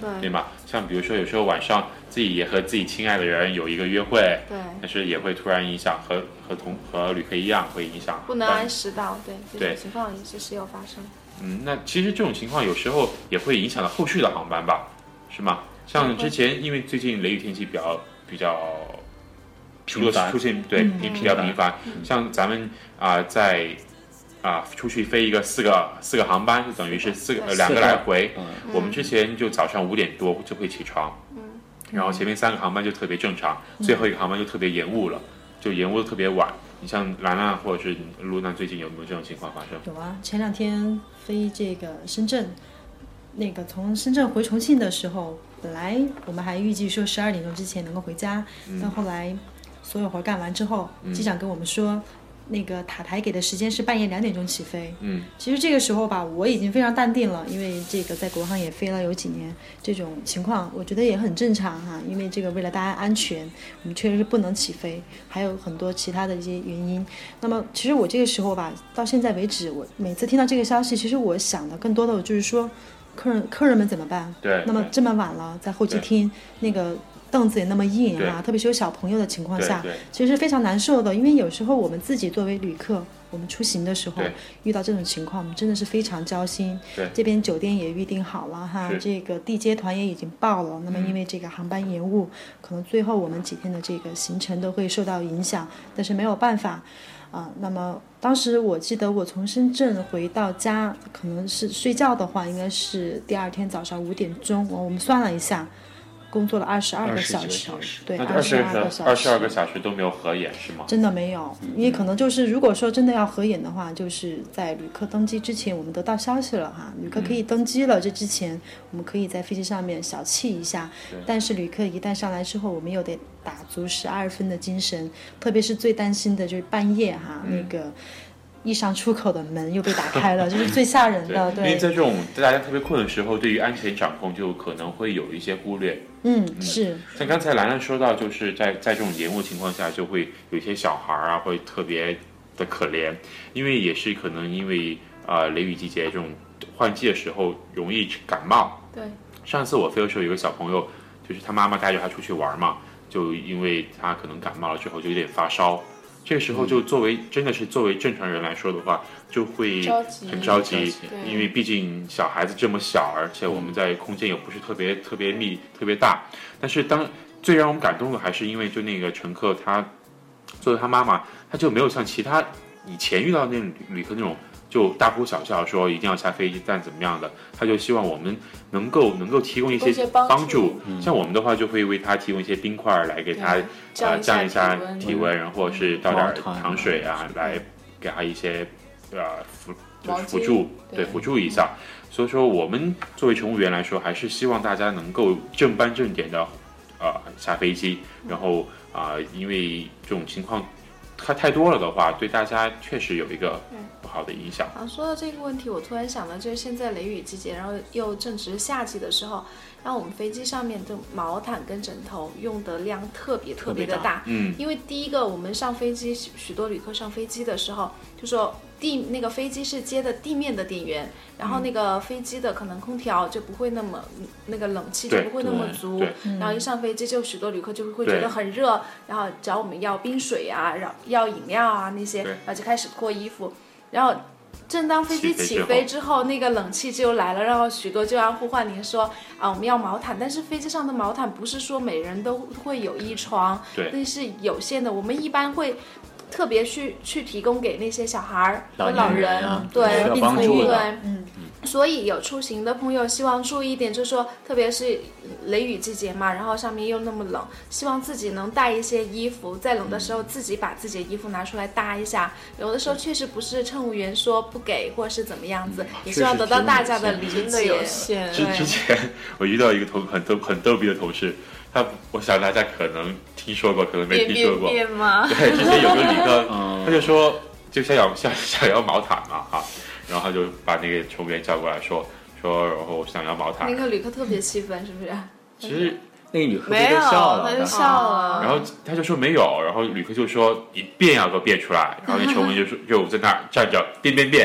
对对吗？像比如说有时候晚上自己也和自己亲爱的人有一个约会， 对， 但是也会突然影响，和和同和旅客一样会影响， 不能按时到，对，这对种情况也是时有发生。 嗯，那其实这种情况有时候也会影响到后续的航班吧，是吗？像之前因为最近雷雨天气比较比较频繁出现，对， 嗯比较频繁，像咱们啊、呃、在。啊，出去飞一个四个四个航班，就等于是四个呃两个来回。 嗯， 我们之前就早上五点多就会起床， 嗯， 然后前面三个航班就特别正常，最后一个航班就特别延误了，就延误的特别晚。你像兰兰或者是露娜，最近有没有这种情况发生？ 有啊，前两天飞这个深圳，那个从深圳回重庆的时候，本来我们还预计说十二点钟之前能够回家， 嗯、 但后来所有活干完之后，嗯、机长跟我们说。那个塔台给的时间是半夜两点钟起飞。 嗯， 其实这个时候吧，我已经非常淡定了，因为这个在国航也飞了有几年，这种情况我觉得也很正常哈。因为这个为了大家安全，我们确实是不能起飞，还有很多其他的一些原因。那么其实我这个时候吧，到现在为止，我每次听到这个消息，其实我想的更多的就是说，客人客人们怎么办？ 对。 那么这么晚了，在候机厅那个。凳子也那么硬啊，特别是有小朋友的情况下，其实是非常难受的。因为有时候我们自己作为旅客，我们出行的时候遇到这种情况，我们真的是非常焦心。这边酒店也预订好了哈，这个地接团也已经报了。那么因为这个航班延误，可能最后我们几天的这个行程都会受到影响，但是没有办法啊。那么当时我记得我从深圳回到家，可能是睡觉的话，应该是第二天早上五点钟。我们算了一下。工作了二十二个小时，对， 二十二个小时，二十二个小时都没有合眼是吗？ 真的没有，因为可能就是如果说真的要合眼的话，就是在旅客登机之前，我们得到消息了哈，旅客可以登机了，这之前我们可以在飞机上面小憩一下，但是旅客一旦上来之后，我们又得打足十二分的精神，特别是最担心的就是半夜哈、嗯、那个。一上出口的门又被打开了，这是最吓人的。对， 因为在这种大家特别困的时候，对于安全掌控就可能会有一些忽略。 嗯，嗯是。 像刚才兰兰说到，就是在在这种延误情况下，就会有一些小孩啊，会特别的可怜，因为也是可能因为呃雷雨季节这种换季的时候容易感冒。 对。 上次我飞的时候，有个小朋友，就是他妈妈带着他出去玩嘛，就因为他可能感冒了之后就有点发烧。这个时候就作为真的是作为正常人来说的话，就会很着急，因为毕竟小孩子这么小，而且我们在空间又不是特别特别密特别大。但是当最让我们感动的还是因为就那个乘客他作为他妈妈，他就没有像其他以前遇到那种旅客那种就大呼小叫说一定要下飞机但怎么样的，他就希望我们能够能够提供一些帮助。像我们的话就会为他提供一些冰块来给他呃降一下体温，然后是倒点糖水啊来给他一些呃辅就是辅助对辅助一下。所以说我们作为乘务员来说，还是希望大家能够正班正点的呃下飞机，然后啊、呃、因为这种情况太太多了的话，对大家确实有一个不好的影响。 啊，说到这个问题，我突然想到，就是现在雷雨季节，然后又正值夏季的时候，然后我们飞机上面的毛毯跟枕头用的量特别特别的大。 嗯， 因为第一个，我们上飞机，许多旅客上飞机的时候，就说地那个飞机是接的地面的电源，然后那个飞机的可能空调就不会那么、嗯、那个冷气就不会那么足，然后一上飞机就许多旅客就会觉得很热，然后找我们要冰水啊，然后要饮料啊那些，然后就开始脱衣服，然后正当飞机起飞之后，那个冷气就来了，然后许多就要呼唤您说啊，我们要毛毯，但是飞机上的毛毯不是说每人都会有一床，那是有限的，我们一般会特别去去提供给那些小孩和老人， 啊、 对， 需要帮助的， 对，嗯。所以有出行的朋友希望注意一点，就是说，特别是雷雨季节嘛，然后上面又那么冷，希望自己能带一些衣服，在冷的时候自己把自己的衣服拿出来搭一下。有的时候确实不是乘务员说不给或者是怎么样子，也希望得到大家的理解。 之之前我遇到一个同很逗很逗逼的同事，他我想大家可能听说过，可能没听说过。 便便吗？ 对，之前有个旅客，他就说就想要想想要毛毯嘛哈。然后他就把那个乘务员叫过来说说，然后想要毛毯。 那个旅客特别气愤，是不是？ 其实那个旅客没有， 笑了， 他就笑了。 然后他就说没有，然后旅客就说你便要给我便出来，然后那乘务员就说就在那儿站着便便便，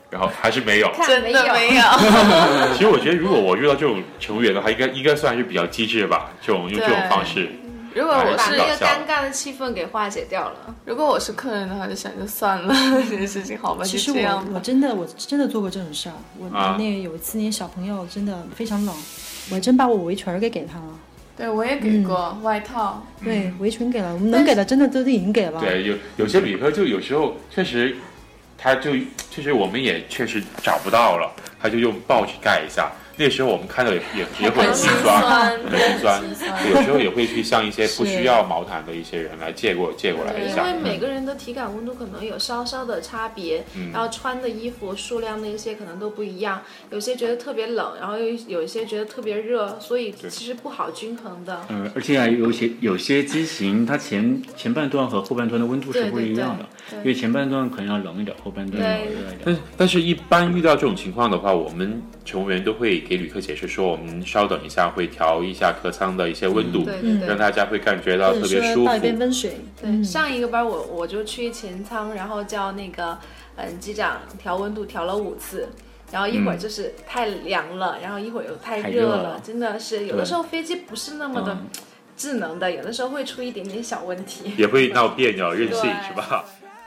然后还是没有， 真的没有。 其实我觉得，如果我遇到这种乘务员的话，应该应该算是比较机智吧，这种用这种方式。 如果我把那个尴尬的气氛给化解掉了。 如果我是客人的话，就想就算了，这件事情好吧， 其实就这样我我真的我真的做过这种事儿。我、 啊、 那个有一次，那小朋友真的非常冷，我还真把我围裙给给他了。 对，我也给过、嗯、外套。 对，围裙给了，我们能给的真的都已经给了。 对，有有些旅客就有时候确实。他就确实我们也确实找不到了，他就用报纸盖一下。那个时候我们看到也也也会很心酸，很心酸。有时候也会去向一些不需要毛毯的一些人来借过借过来一下。 因为每个人的体感温度可能有稍稍的差别，嗯、然后穿的衣服数量那些可能都不一样。有些觉得特别冷，然后有有一些觉得特别热，所以其实不好均衡的。 嗯，而且有些有些机型，它前前半段和后半段的温度是不一样的， 对对对， 因为前半段可能要冷一点，后半段要热一点。 但但是，一般遇到这种情况的话，我们乘务员都会给旅客解释说，我们稍等一下，会调一下客舱的一些温度， 嗯、对对对， 让大家会感觉到特别舒服。 倒一杯温水。 对，嗯、上一个班我我就去前舱，然后叫那个嗯机长调温度，调了五次。然后一会儿就是太凉了，嗯、然后一会儿又太热了，了真的是有的时候飞机不是那么的智能的，有的时候会出一点点小问题， 也会闹别扭、任性，是吧？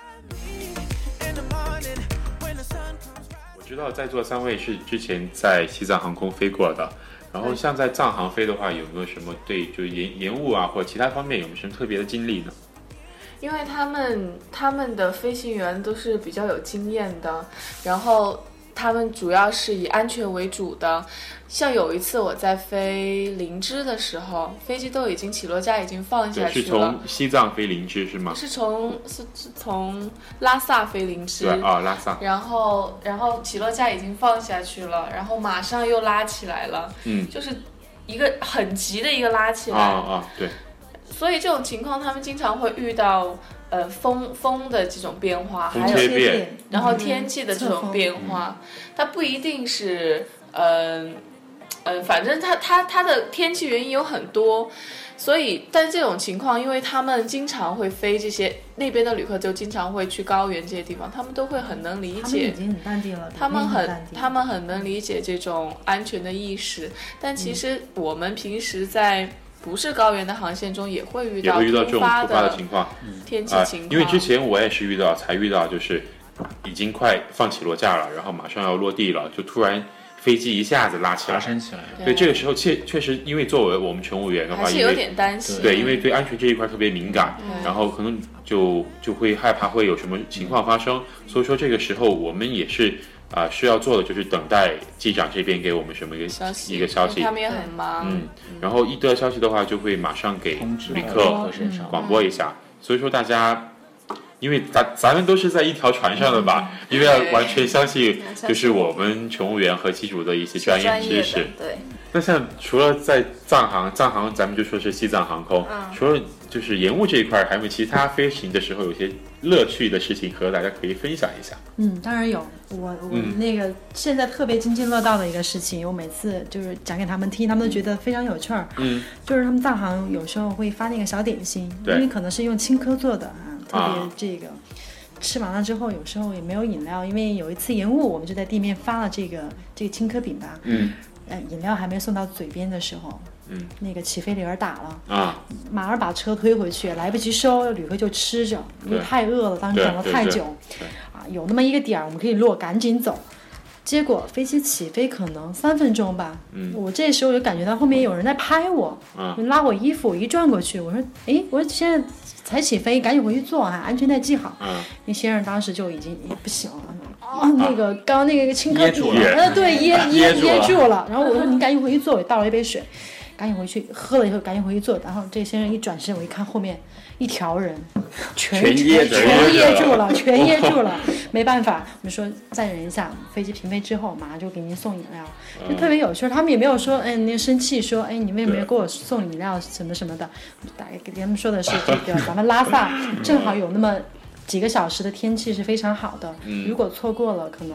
我知道在座三位是之前在西藏航空飞过的，然后像在藏航飞的话，有没有什么对就延延误啊，或者其他方面有没有什么特别的经历呢？ 因为他们他们的飞行员都是比较有经验的，然后他们主要是以安全为主的。像有一次我在飞林芝的时候，飞机都已经起落架已经放下去了。 是从西藏飞林芝是吗？ 是从是是从拉萨飞林芝。 对啊、哦，拉萨。 然后然后起落架已经放下去了，然后马上又拉起来了。嗯，就是一个很急的一个拉起来。 啊、哦、啊、哦，对。 所以这种情况，他们经常会遇到。呃，风风的这种变化，还有变， 然后天气的这种变化，嗯、它不一定是，嗯、呃，呃，反正它它它的天气原因有很多，所以，但这种情况，因为他们经常会飞这些，那边的旅客就经常会去高原这些地方，他们都会很能理解， 他们已经很淡定了， 他们很他们很能理解这种安全的意识，但其实我们平时在。不是高原的航线中也会遇到也会遇到这种突发的情况， 天气情况、 呃。因为之前我也是遇到，才遇到就是已经快放起落架了，然后马上要落地了，就突然飞机一下子拉起来， 拉升起来。 对，这个时候确确实，因为作为我们乘务员的话， 还是有点担心。 对，因为对安全这一块特别敏感，然后可能就就会害怕会有什么情况发生，所以说这个时候我们也是。啊、呃，需要做的就是等待机长这边给我们什么一个消息， 一个消息， 他们也很忙。 嗯，然后一得消息的话，就会马上给旅客广播一下。嗯、所以说大家，因为咱咱们都是在一条船上的吧，嗯、因为要完全相信就是我们乘务员和机主的一些专业知识。 对。 那像除了在藏航，藏航咱们就说是西藏航空，嗯、除了就是延误这一块，还有没有其他飞行的时候有些乐趣的事情和大家可以分享一下？ 嗯，当然有。我我那个现在特别津津乐道的一个事情，我每次就是讲给他们听，他们都觉得非常有趣儿。嗯，就是他们藏航有时候会发那个小点心，因为可能是用青稞做的啊，特别这个。啊吃完了之后，有时候也没有饮料，因为有一次延误，我们就在地面发了这个这个青稞饼吧。嗯。呃，饮料还没送到嘴边的时候，嗯，那个起飞铃打了啊，马上把车推回去，来不及收，旅客就吃着，因为太饿了，当时等了太久，啊，有那么一个点儿，我们可以落，赶紧走。结果飞机起飞可能三分钟吧，嗯，我这时候就感觉到后面有人在拍我，啊，拉我衣服，我一转过去，我说，哎，我说现在才起飞，赶紧回去坐啊，安全带系好。嗯，那先生当时就已经也不行了。哦，那个刚刚那个青稞饼，呃，对，噎噎噎住了。然后我说你赶紧回去坐，我倒了一杯水，赶紧回去喝了以后赶紧回去坐。然后这先生一转身，我一看后面一条人，全全噎全噎住了，全噎住了，没办法，我们说再忍一下，飞机平飞之后马上就给您送饮料，就特别有趣。他们也没有说，哎，您生气说，哎，你为什么要给我送饮料什么什么的？大概给他们说的是这个，咱们拉萨正好有那么。几个小时的天气是非常好的，嗯、如果错过了，可能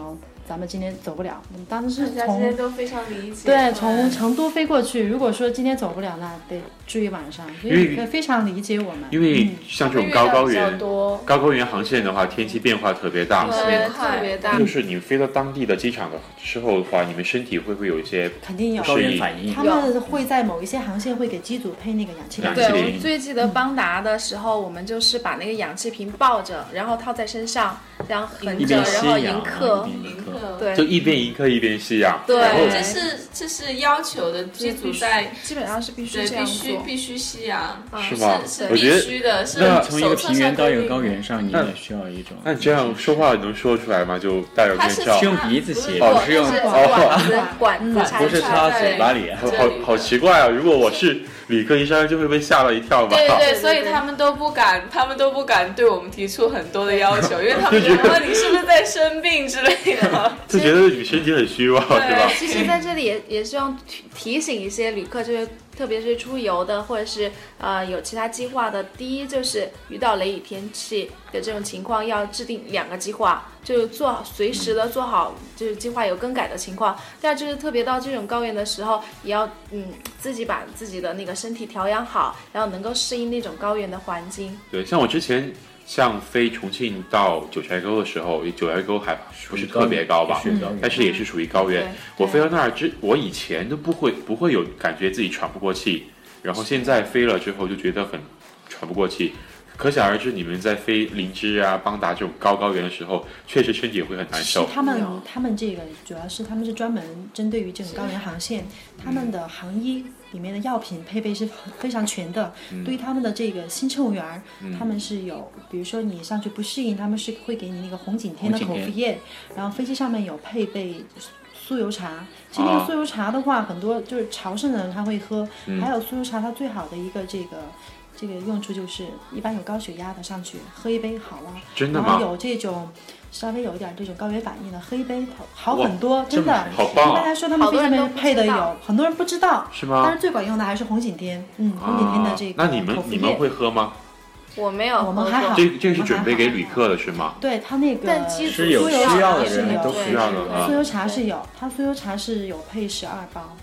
咱们今天走不了。当时大家从之间都非常理解。 对，从成都飞过去，如果说今天走不了，那得住一晚上，所以非常理解我们。 因为像这种高高原、 嗯、 高高原航线的话，天气变化特别大， 特别特别大。 就是你飞到当地的机场的时候的话，你们身体会不会有一些肯定有高原反应？ 他们会在某一些航线会给机组配那个氧气瓶。 对，我最记得邦达的时候，我们就是把那个氧气瓶抱着，然后套在身上，然后横着，然后迎客， 迎客， 对， 就一边迎客一边吸氧。 对， 这是这是要求的，机组在基本上是必须这样做， 必须必须吸氧， 是吗？ 是必须的。是从一个平原到一个高原上，你也需要一种。 那你这样说话能说出来吗？就戴着面罩， 是用鼻子吸， 不是用管子管子插， 不是插嘴巴里。 好好奇怪啊！如果我是理科医生，就会被吓了一跳吧？ 对对，所以他们都不敢，他们都不敢对我们提出很多的要求，因为他们觉得你是不是在生病之类的， 就觉得你身体很虚弱，是吧？ 其实在这里也也希望提醒一些旅客，就是特别是出游的，或者是呃有其他计划的。第一就是遇到雷雨天气的这种情况，要制定两个计划，就做好随时的做好，就是计划有更改的情况。第二就是特别到这种高原的时候，也要嗯自己把自己的那个身体调养好，然后能够适应那种高原的环境。 对，像我之前像飞重庆到九寨沟的时候，九寨沟海拔不是特别高吧，但是也是属于高原。我飞到那儿之，我以前都不会不会有感觉自己喘不过气，然后现在飞了之后就觉得很喘不过气。可想而知，你们在飞林芝啊、邦达这种高高原的时候，确实身体也会很难受。 他们他们这个主要是他们是专门针对于这种高原航线，他们的航医里面的药品配备是非常全的。嗯、对于他们的这个新乘务员，嗯、他们是有，比如说你上去不适应，他们是会给你那个红景天的口服液，然后飞机上面有配备酥油茶。其实那个酥油茶的话，很多就是潮汕人他会喝，嗯、还有酥油茶它最好的一个这个。这个用处就是一般有高血压的上去喝一杯好了， 真的吗？ 然后有这种稍微有一点这种高原反应的喝一杯好很多，真的。 好棒、啊！ 一般来说他们飞机上面配的有很多人不知道， 是吗？ 但是最管用的还是红景天，嗯，红景天的这个、 啊。那你们你们会喝吗？ 我没有， 我们还好。 这这个是准备给旅客的是吗？ 对他那个是有需要的人都需要的。 酥油茶是有，他酥油茶是有配十二包。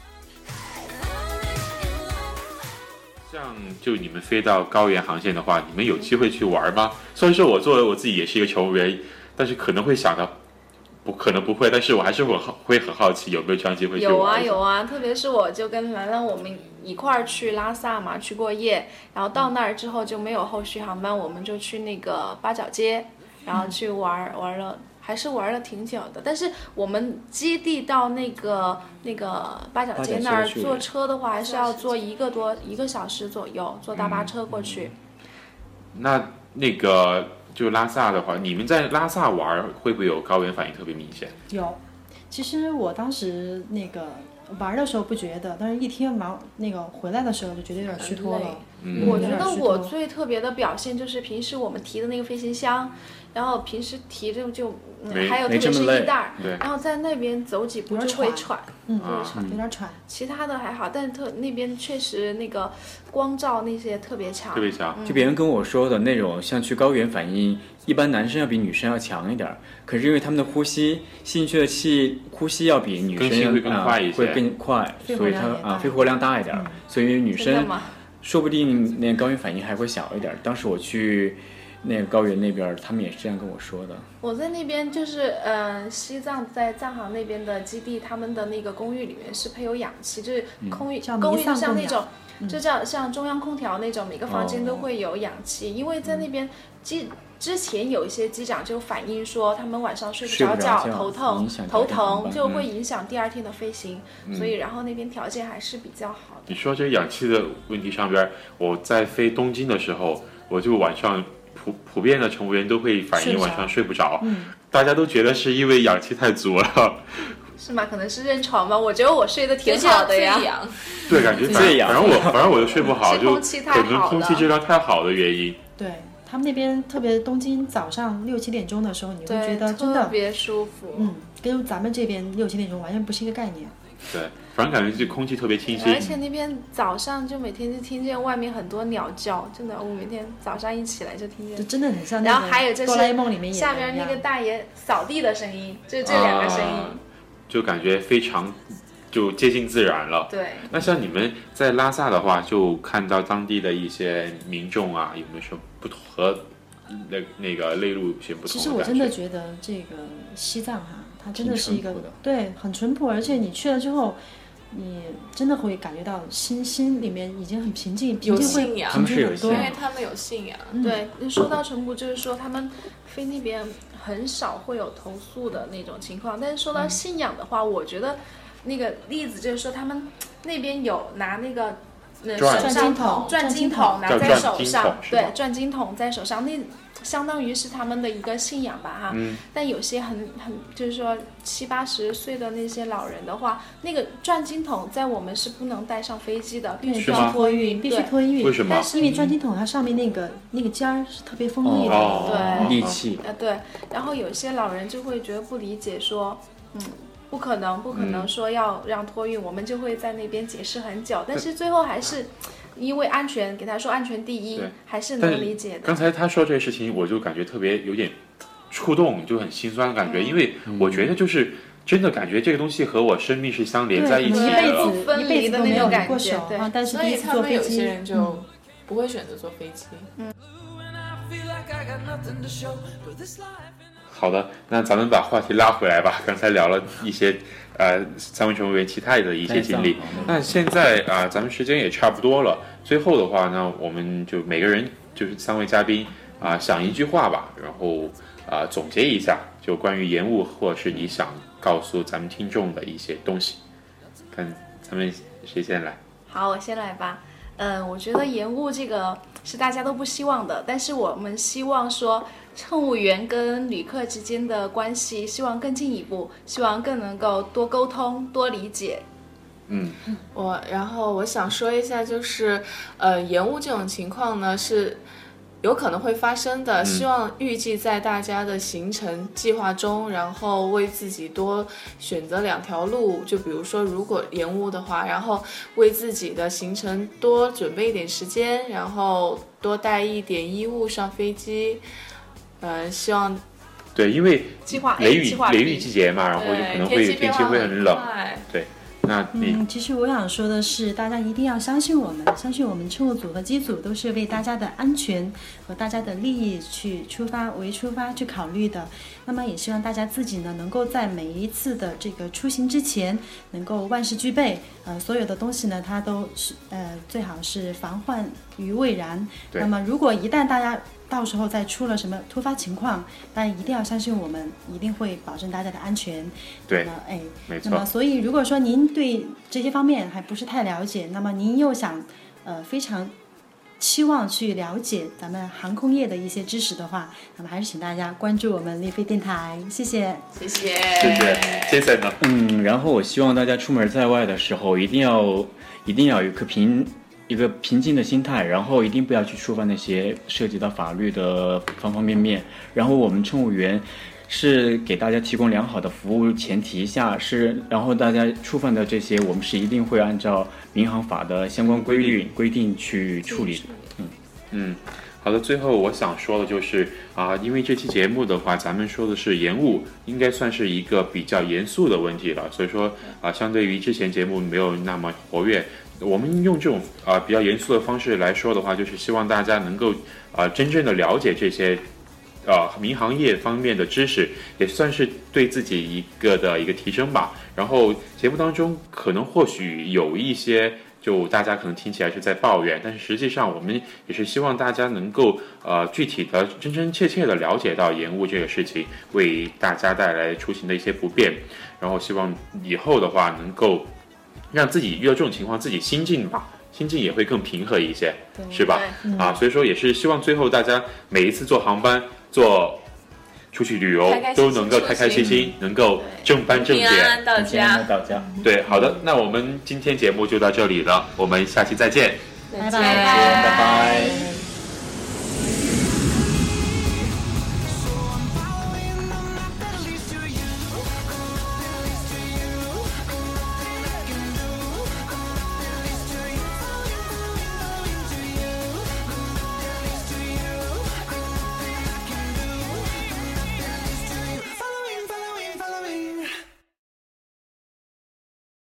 像就你们飞到高原航线的话，你们有机会去玩吗？虽然说我作为我自己也是一个乘务员，但是可能会想到，不可能不会，但是我还是会会很好奇有没有这样机会去玩。 有啊有啊，特别是我就跟兰兰我们一块儿去拉萨嘛，去过夜，然后到那儿之后就没有后续航班，我们就去那个八角街，然后去玩、嗯、玩了。还是玩了挺久的，但是我们基地到那个那个八角街那儿坐车的话，还是要坐一个多一个小时左右，坐大巴车过去。 嗯、那那个就拉萨的话，你们在拉萨玩会不会有高原反应特别明显？ 有，其实我当时那个玩的时候不觉得，但是一天玩那个回来的时候就觉得有点虚脱了。 嗯、 我觉得我最特别的表现就是平时我们提的那个飞行箱。然后平时提着就、嗯，还有特别是衣袋，然后在那边走几步就会喘， 嗯，有点喘。 其他的还好，但特那边确实那个光照那些特别强， 特别强。 就别人跟我说的那种，像去高原反应，一般男生要比女生要强一点，可是因为他们的呼吸吸进去的气，呼吸要比女生会更快一些， 会更快，所以它啊肺活量大一点， 嗯、 所以女生说不定那个高原反应还会小一点。当时我去。那个高原那边，他们也是这样跟我说的。 我在那边就是，呃，西藏在藏航那边的基地，他们的那个公寓里面是配有氧气，就是空寓、嗯、公寓就像那种，嗯、就叫像中央空调那种，每个房间都会有氧气。哦、因为在那边机之前有一些机长就反映说，他们晚上睡不着觉，头痛，头疼就会影响第二天的飞行，嗯、所以然后那边条件还是比较好的。 你说这氧气的问题上边，我在飞东京的时候，我就晚上。普普遍的乘务员都会反映晚上睡不着， 嗯、 大家都觉得是因为氧气太足了， 是吗？可能是认床吧。我觉得我睡得挺好的呀。 对，感觉反正反正我反正我就睡不好，就可能空气质量太好的原因。 对他们那边，特别东京早上六七点钟的时候，你会觉得真的特别舒服。 嗯，跟咱们这边六七点钟完全不是一个概念。 对。 反正感觉这空气特别清新。 而且那边早上就每天就听见外面很多鸟叫，真的，我每天早上一起来就听见， 就真的很像那然后还有就是哆啦 A 梦里面下边那个大爷扫地的声音，就这两个声音、啊， 就感觉非常就接近自然了。 对。 那像你们在拉萨的话，就看到当地的一些民众啊，有没有什么不同和那那个内陆有些不同的感觉？ 其实我真的觉得这个西藏哈、啊，它真的是一个对很淳朴，而且你去了之后。你真的会感觉到心心里面已经很平静， 有信仰， 他们是有信仰，因为他们有信仰。 嗯、对，说到淳朴，就是说他们飞那边很少会有投诉的那种情况。但是说到信仰的话，嗯、我觉得那个例子就是说他们那边有拿那个呃手上筒转经筒拿在手上，对，转经筒在手上那。相当于是他们的一个信仰吧哈、 嗯， 但有些很很就是说七八十岁的那些老人的话，那个转经筒在我们是不能带上飞机的，必须要托运， 必须托运。 为什么？ 因为转经筒它上面那个那个尖儿是特别锋利的， 哦、 对， 利器。 呃对，然后有些老人就会觉得不理解说，嗯。不可能，不可能说要让托运、嗯，我们就会在那边解释很久，但是最后还是因为安全，给他说安全第一，还是能理解的。 刚才他说这个事情，我就感觉特别有点触动，就很心酸的感觉，嗯、因为我觉得就是真的感觉这个东西和我生命是相连在一起的， 一辈子分离的那种感觉。 对，但是所以他们有些人就不会选择坐飞机。 嗯。 好的，那咱们把话题拉回来吧。刚才聊了一些呃三位乘务员其他的一些经历，那现在啊、呃，咱们时间也差不多了。最后的话呢，我们就每个人就是三位嘉宾啊、呃，想一句话吧，然后啊、呃、总结一下，就关于延误或者是你想告诉咱们听众的一些东西。看咱们谁先来？ 好，我先来吧。嗯，我觉得延误这个是大家都不希望的，但是我们希望说乘务员跟旅客之间的关系希望更进一步，希望更能够多沟通多理解。 嗯， 我然后我想说一下，就是呃延误这种情况呢是有可能会发生的，希望预计在大家的行程计划中，然后为自己多选择两条路，就比如说如果延误的话，然后为自己的行程多准备一点时间，然后多带一点衣物上飞机，呃，希望对，因为雷雨雷雨季节嘛，然后就可能会天气会很冷，对。那嗯，其实我想说的是，大家一定要相信我们，相信我们乘务组和机组都是为大家的安全和大家的利益去出发为出发去考虑的。那么也希望大家自己呢，能够在每一次的这个出行之前，能够万事俱备，呃，所有的东西呢，它都是呃最好是防患于未然。那么如果一旦大家到时候再出了什么突发情况，大家一定要相信我们，一定会保证大家的安全。 对， 那么哎， 没错。 那么所以如果说您对这些方面还不是太了解，那么您又想呃非常期望去了解咱们航空业的一些知识的话，那么还是请大家关注我们丽飞电台，谢谢， 谢谢， 谢谢，先生呢？ 嗯，然后我希望大家出门在外的时候，一定要一定要有一颗平。一个平静的心态，然后一定不要去触犯那些涉及到法律的方方面面。然后我们乘务员是给大家提供良好的服务前提下，是然后大家触犯的这些，我们是一定会按照民航法的相关规律规定去处理的。嗯嗯，好的。最后我想说的就是啊、呃，因为这期节目的话，咱们说的是延误，应该算是一个比较严肃的问题了。所以说啊、呃，相对于之前节目没有那么活跃。我们用这种啊、呃、比较严肃的方式来说的话，就是希望大家能够啊、呃、真正的了解这些呃民航业方面的知识，也算是对自己一个的一个提升吧。然后节目当中可能或许有一些就大家可能听起来是在抱怨，但是实际上我们也是希望大家能够呃具体的真真切切的了解到延误这个事情为大家带来出行的一些不便，然后希望以后的话能够让自己遇到这种情况，自己心境吧，心境也会更平和一些，是吧？啊，所以说也是希望最后大家每一次坐航班、坐出去旅游开开心心都能够开开心心，能够正班正平安点到家。 到家。 对，好的，那我们今天节目就到这里了，我们下期再见， 拜拜， 拜拜拜。